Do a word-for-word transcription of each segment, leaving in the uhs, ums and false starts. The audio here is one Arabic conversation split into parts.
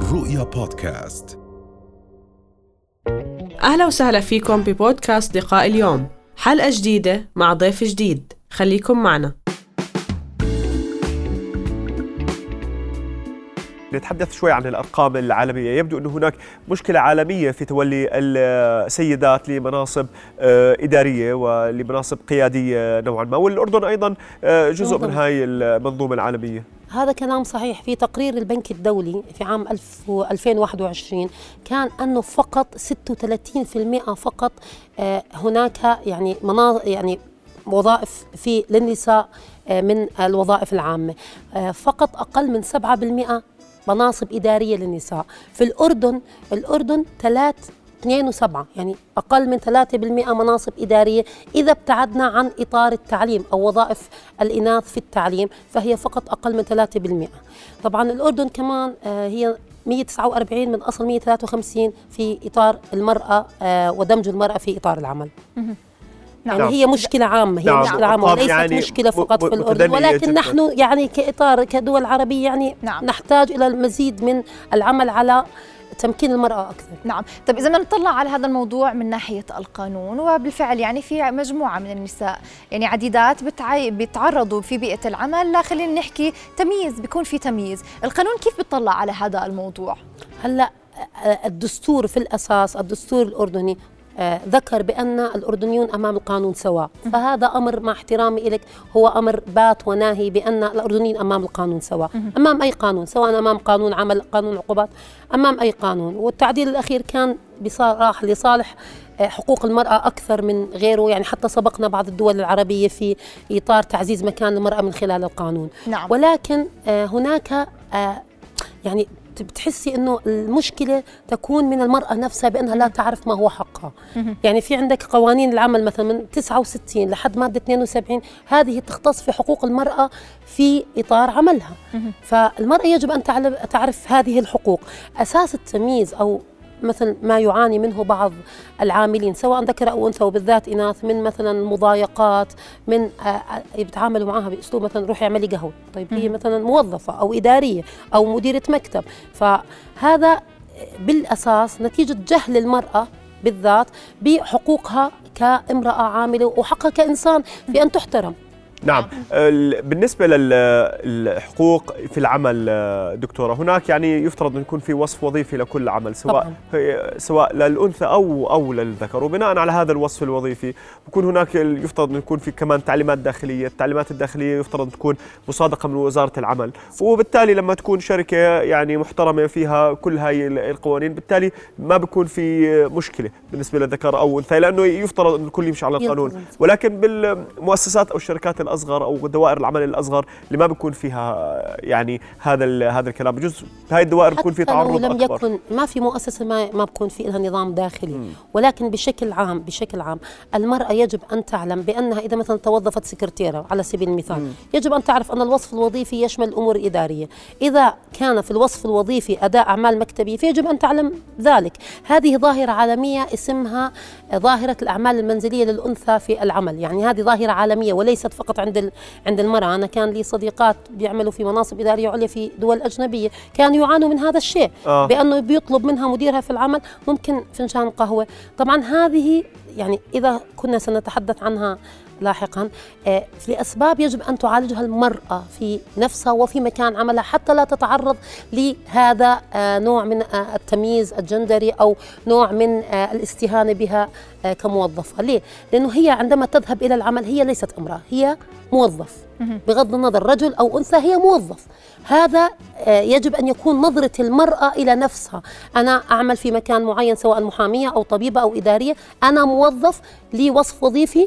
رؤيا بودكاست. أهلا وسهلا فيكم ببودكاست لقاء اليوم، حلقة جديدة مع ضيف جديد، خليكم معنا. نتحدث شوي عن الأرقام العالمية. يبدو أن هناك مشكلة عالمية في تولي السيدات لمناصب إدارية ولمناصب قيادية نوعا ما، والأردن أيضا جزء من هاي المنظومة العالمية. هذا كلام صحيح. في تقرير البنك الدولي في عام ألفين وواحد وعشرين كان أنه فقط ستة وثلاثين بالمئة فقط هناك يعني يعني وظائف في للنساء من الوظائف العامة، فقط أقل من سبعة بالمئة مناصب إدارية للنساء. في الأردن الأردن ثلاث اثنين وسبعة، يعني أقل من ثلاثة بالمئة مناصب إدارية. إذا ابتعدنا عن إطار التعليم أو وظائف الإناث في التعليم فهي فقط أقل من ثلاثة بالمئة. طبعا الأردن كمان هي مئة وتسعة وأربعين من أصل مئة وثلاثة وخمسين في إطار المرأة ودمج المرأة في إطار العمل. يعني نعم. هي مشكلة عامة، هي نعم. مشكلة عامة وليست يعني مشكلة فقط في الأردن، ولكن نحن يعني كإطار كدول عربية يعني نعم. نحتاج إلى المزيد من العمل على تمكين المرأة أكثر. نعم. طب إذا بدنا نطلع على هذا الموضوع من ناحية القانون، وبالفعل يعني في مجموعة من النساء يعني عديدات بتعي... بيتعرضوا في بيئة العمل، لا خلينا نحكي تمييز، بيكون في تمييز. القانون كيف بيطلع على هذا الموضوع؟ هلأ الدستور في الأساس، الدستور الأردني آه ذكر بأن الأردنيون أمام القانون سواء، فهذا أمر مع احترامي إليك هو أمر بات وناهي بأن الأردنيين أمام القانون سواء، أمام أي قانون، سواء أمام قانون عمل، قانون عقوبات، أمام أي قانون. والتعديل الأخير كان بصراحة لصالح آه حقوق المرأة أكثر من غيره، يعني حتى سبقنا بعض الدول العربية في إطار تعزيز مكان المرأة من خلال القانون. نعم. ولكن آه هناك آه يعني بتحسي انه المشكله تكون من المراه نفسها بانها لا تعرف ما هو حقها. يعني في عندك قوانين العمل مثلا من تسعة وستين لحد ماده اثنين وسبعين، هذه تختص في حقوق المراه في اطار عملها. فالمراه يجب ان تعرف هذه الحقوق. اساس التمييز او مثل ما يعاني منه بعض العاملين سواء ذكر أو أنثى وبالذات إناث من مثلا مضايقات، من يتعاملوا معها بأسلوب مثلا روحي اعملي قهوة، طيب هي مثلا موظفة أو إدارية أو مديرة مكتب. فهذا بالأساس نتيجة جهل المرأة بالذات بحقوقها كامرأة عاملة وحقها كإنسان بأن تحترم. نعم. بالنسبة للحقوق في العمل دكتورة، هناك يعني يفترض أن يكون في وصف وظيفي لكل عمل، سواء سواء للأنثى أو أو للذكر، وبناء على هذا الوصف الوظيفي بكون هناك يفترض أن يكون في كمان تعليمات داخلية. التعليمات الداخلية يفترض أن تكون مصادقة من وزارة العمل، وبالتالي لما تكون شركة يعني محترمة فيها كل هاي القوانين بالتالي ما بيكون في مشكلة بالنسبة للذكر أو أنثى، لأنه يفترض أن الكل يمشي على القانون. ولكن بالمؤسسات أو الشركات الأصغر أو دوائر العمل الأصغر اللي ما بيكون فيها يعني هذا هذا الكلام، بجزء هاي الدوائر بيكون في تعرض لم أكبر. يكن ما في مؤسسة ما ما بيكون في لها نظام داخلي. م. ولكن بشكل عام بشكل عام المرأة يجب أن تعلم بأنها إذا مثلا توظفت سكرتيرة على سبيل المثال، م. يجب أن تعرف أن الوصف الوظيفي يشمل الأمور الإدارية. إذا كان في الوصف الوظيفي أداء أعمال مكتبية فيجب أن تعلم ذلك. هذه ظاهرة عالمية اسمها ظاهرة الأعمال المنزلية للأنثى في العمل، يعني هذه ظاهرة عالمية وليست فقط عند عند المرأة. أنا كان لي صديقات بيعملوا في مناصب إدارية عليا في دول أجنبية كانوا يعانوا من هذا الشيء، آه. بأنه بيطلب منها مديرها في العمل ممكن فنجان قهوة. طبعا هذه يعني إذا كنا سنتحدث عنها لاحقا آه في أسباب يجب أن تعالجها المرأة في نفسها وفي مكان عملها حتى لا تتعرض لهذا آه نوع من آه التمييز الجندري أو نوع من آه الاستهانة بها آه كموظفة. ليه؟ لأنه هي عندما تذهب إلى العمل هي ليست امرأة، هي موظف بغض النظر رجل أو أنثى، هي موظف. هذا يجب أن يكون نظرة المرأة إلى نفسها. أنا أعمل في مكان معين سواء محامية أو طبيبة أو إدارية، أنا موظف لي وصف وظيفي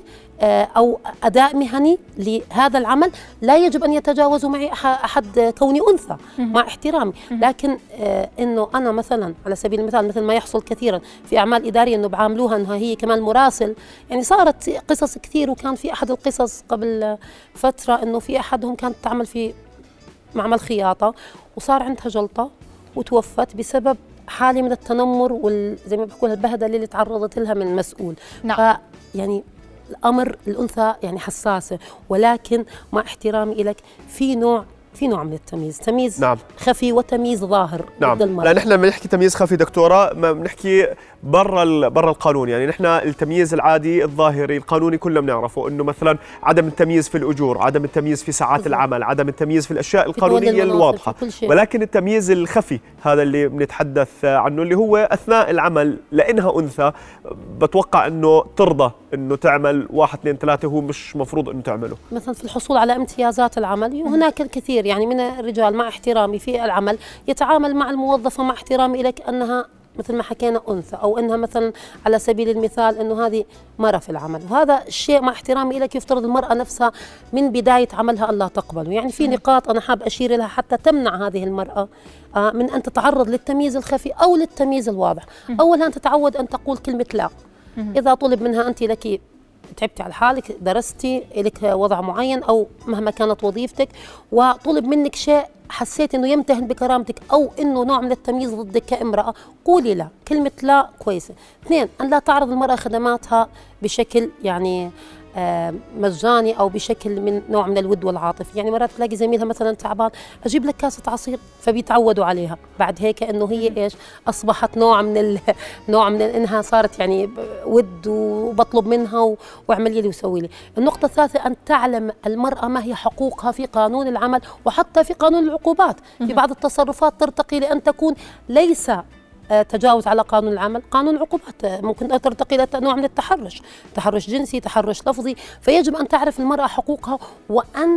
أو أداء مهني لهذا العمل، لا يجب أن يتجاوز معي أحد كوني أنثى مع احترامي. لكن إنه أنا مثلا على سبيل المثال مثل ما يحصل كثيرا في أعمال إدارية إنه بعاملوها إنها هي كمان مراسل، يعني صارت قصص كثير. وكان في أحد القصص قبل فترة إنه في أحدهم كانت تعمل في معمل خياطة وصار عندها جلطة وتوفت بسبب حالة من التنمر وزي ما بحكوا البهدلة اللي تعرضت لها من المسؤول. نعم. يعني الأمر الأنثى يعني حساسة، ولكن مع احترامي إليك في نوع في نوع من التمييز، تمييز نعم. خفي وتمييز ظاهر. نعم. ضد المرأة. لا نحن لما نحكي تمييز خفي دكتورة ما بنحكي برا برا القانون، يعني نحن التمييز العادي الظاهري القانوني كلنا بنعرفه، انه مثلا عدم التمييز في الاجور، عدم التمييز في ساعات بالضبط. العمل، عدم التمييز في الاشياء القانونيه الواضحه، ولكن التمييز الخفي هذا اللي بنتحدث عنه اللي هو اثناء العمل، لانها انثى بتوقع انه ترضى انه تعمل واحد اثنين ثلاثه هو مش مفروض انه تعمله. مثلا في الحصول على امتيازات العمل، وهناك الكثير يعني من الرجال مع احترامي في العمل يتعامل مع الموظفه مع احترامي لك انها مثل ما حكينا أنثى، أو أنها مثلا على سبيل المثال أنه هذه مرة في العمل، وهذا الشيء مع احترامي لك يفترض المرأة نفسها من بداية عملها أن لا تقبله. يعني في نقاط أنا حاب أشير لها حتى تمنع هذه المرأة من أن تتعرض للتمييز الخفي أو للتمييز الواضح. أولا أن تتعود أن تقول كلمة لا. إذا طلب منها أنت لك تعبتي على حالك، درستي، لك وضع معين أو مهما كانت وظيفتك، وطلب منك شيء حسيت انه يمتهن بكرامتك او انه نوع من التمييز ضدك كامراه، قولي لا، كلمه لا كويسه. اثنين، ان لا تعرض المراه خدماتها بشكل يعني آه مجاني او بشكل من نوع من الود والعاطفه. يعني مرات تلاقي زميلها مثلا تعبان، اجيب لك كاسه عصير، فبيتعودوا عليها بعد هيك انه هي ايش اصبحت نوع من نوع من انها صارت يعني ود وبطلب منها واعملي لي وسوي لي. النقطه الثالثه ان تعلم المراه ما هي حقوقها في قانون العمل وحتى في قانون العقوبات. في بعض التصرفات ترتقي لان تكون ليس تجاوز على قانون العمل، قانون العقوبات ممكن ترتقي إلى نوع من التحرش، تحرش جنسي، تحرش لفظي. فيجب أن تعرف المرأة حقوقها وأن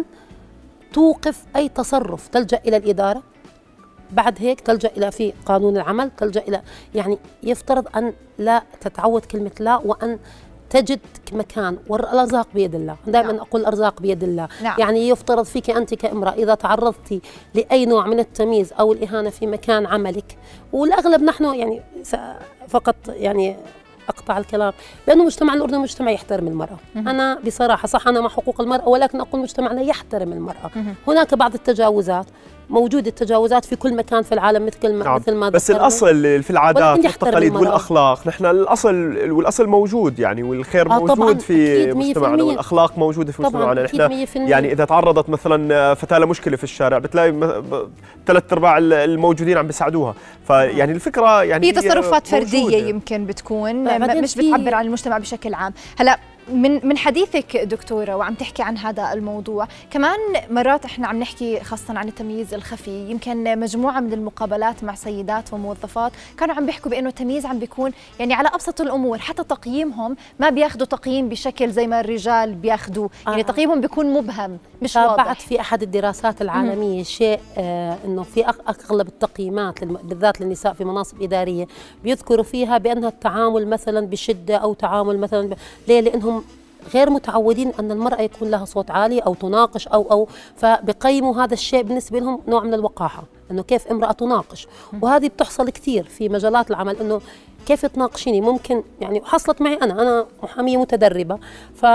توقف أي تصرف تلجأ إلى الإدارة، بعد هيك تلجأ إلى في قانون العمل، تلجأ إلى يعني يفترض أن لا تتعود كلمة لا، وأن تجد مكان، والأرزاق بيد الله. دائما نعم. أقول الأرزاق بيد الله. نعم. يعني يفترض فيك أنت كامرأة إذا تعرضتي لأي نوع من التمييز أو الإهانة في مكان عملك، والأغلب نحن يعني فقط يعني أقطع الكلام، لأنه مجتمع الأردن مجتمع يحترم المرأة. مه. أنا بصراحة صح أنا مع حقوق المرأة، ولكن أقول مجتمعنا يحترم المرأة. مه. هناك بعض التجاوزات، موجود التجاوزات في كل مكان في العالم مثل ما نعم. مثل ما بس الاصل في العادات والتقاليد والاخلاق، نحن الاصل والاصل موجود يعني، والخير آه موجود في مجتمعنا، والاخلاق موجوده في مجتمعنا. نحن يعني اذا تعرضت مثلا فتاه لمشكله في الشارع بتلاقي ثلاث ارباع الموجودين عم بيساعدوها. فيعني الفكره يعني هي تصرفات فرديه يمكن بتكون مش بتعبر عن المجتمع بشكل عام. هلا من من حديثك دكتوره وعم تحكي عن هذا الموضوع، كمان مرات احنا عم نحكي خاصه عن التمييز الخفي. يمكن مجموعه من المقابلات مع سيدات وموظفات كانوا عم بيحكوا بانه التمييز عم بيكون يعني على ابسط الامور، حتى تقييمهم ما بياخذوا تقييم بشكل زي ما الرجال بياخذوا، آه. يعني تقييمهم بيكون مبهم مش واضح. بعد في احد الدراسات العالميه شيء آه انه في اغلب التقييمات بالذات للنساء في مناصب اداريه بيذكروا فيها بانها التعامل مثلا بشده او تعامل مثلا ب... ليه؟ لانهم غير متعودين أن المرأة يكون لها صوت عالي أو تناقش أو أو فبقيموا هذا الشيء بالنسبة لهم نوع من الوقاحة، أنه كيف امرأة تناقش. وهذه بتحصل كثير في مجالات العمل، أنه كيف تناقشيني. ممكن يعني حصلت معي أنا أنا محامية متدربة، ف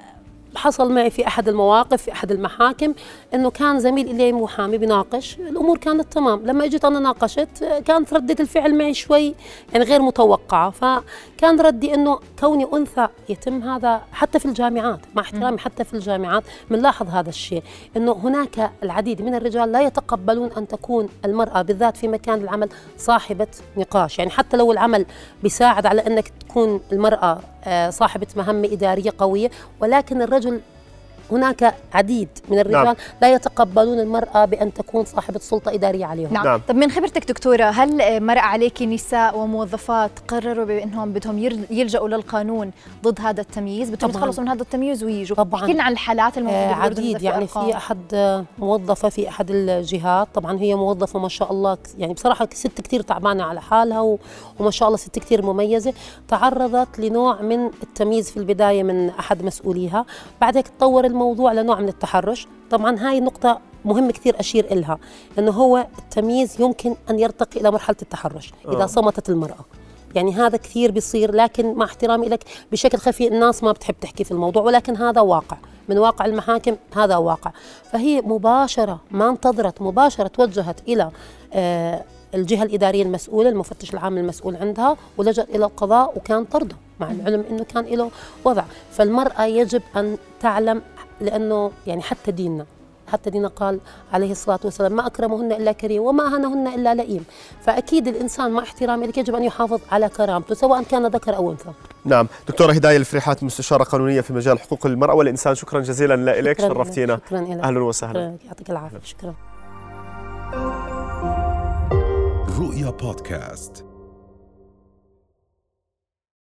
حصل معي في أحد المواقف في أحد المحاكم أنه كان زميل إلي محامي بناقش، الأمور كانت تمام. لما إجيت أنا ناقشت كانت ردة الفعل معي شوي يعني غير متوقعة، فكان ردي أنه كوني أنثى يتم هذا حتى في الجامعات، مع احترامي حتى في الجامعات بنلاحظ هذا الشيء، أنه هناك العديد من الرجال لا يتقبلون أن تكون المرأة بالذات في مكان العمل صاحبة نقاش. يعني حتى لو العمل بيساعد على أنك تكون المرأة صاحبة مهمة إدارية قوية، ولكن الرجل هناك عديد من الرجال نعم. لا يتقبلون المرأة بأن تكون صاحبة سلطة إدارية عليهم. نعم. نعم. طب من خبرتك دكتورة، هل مرأة عليك نساء وموظفات قرروا بأنهم بدهم يلجأوا للقانون ضد هذا التمييز، بدهم يتخلصوا من هذا التمييز ويجوا؟ طبعا. احكي لنا عن الحالات الموجودة آه عديد. يعني في, في أحد موظفة في أحد الجهات، طبعا هي موظفة ما شاء الله يعني بصراحة ست كتير تعبانة على حالها وما شاء الله ست كتير مميزة، تعرضت لنوع من التمييز في البداية من أحد مسؤوليها، بعد هيك تطور الموضوع لنوع من التحرش. طبعا هاي نقطة مهم كثير أشير إلها، أنه هو التمييز يمكن أن يرتقي إلى مرحلة التحرش إذا صمتت المرأة. يعني هذا كثير بيصير، لكن مع احترامي لك بشكل خفي الناس ما بتحب تحكي في الموضوع، ولكن هذا واقع من واقع المحاكم، هذا واقع. فهي مباشرة ما انتظرت، مباشرة توجهت إلى آه الجهة الإدارية المسؤولة، المفتش العام المسؤول عندها، ولجأت إلى القضاء وكان طرده مع العلم أنه كان له وضع. فالمرأة يجب أن تعلم، لأنه يعني حتى ديننا حتى دينا قال عليه الصلاة والسلام ما أكرمهن إلا كريم وما أهانهن إلا لئيم. فأكيد الإنسان مع احترامه يجب أن يحافظ على كرامته سواء كان ذكر أو أنثى. نعم. دكتورة هداية الفريحات، مستشارة قانونية في مجال حقوق المرأة والإنسان، شكرا جزيلا لك، شرفتينا. شكرا لك. أهلا وسهلا. يعطيك العافية. شكرا. رؤيا بودكاست.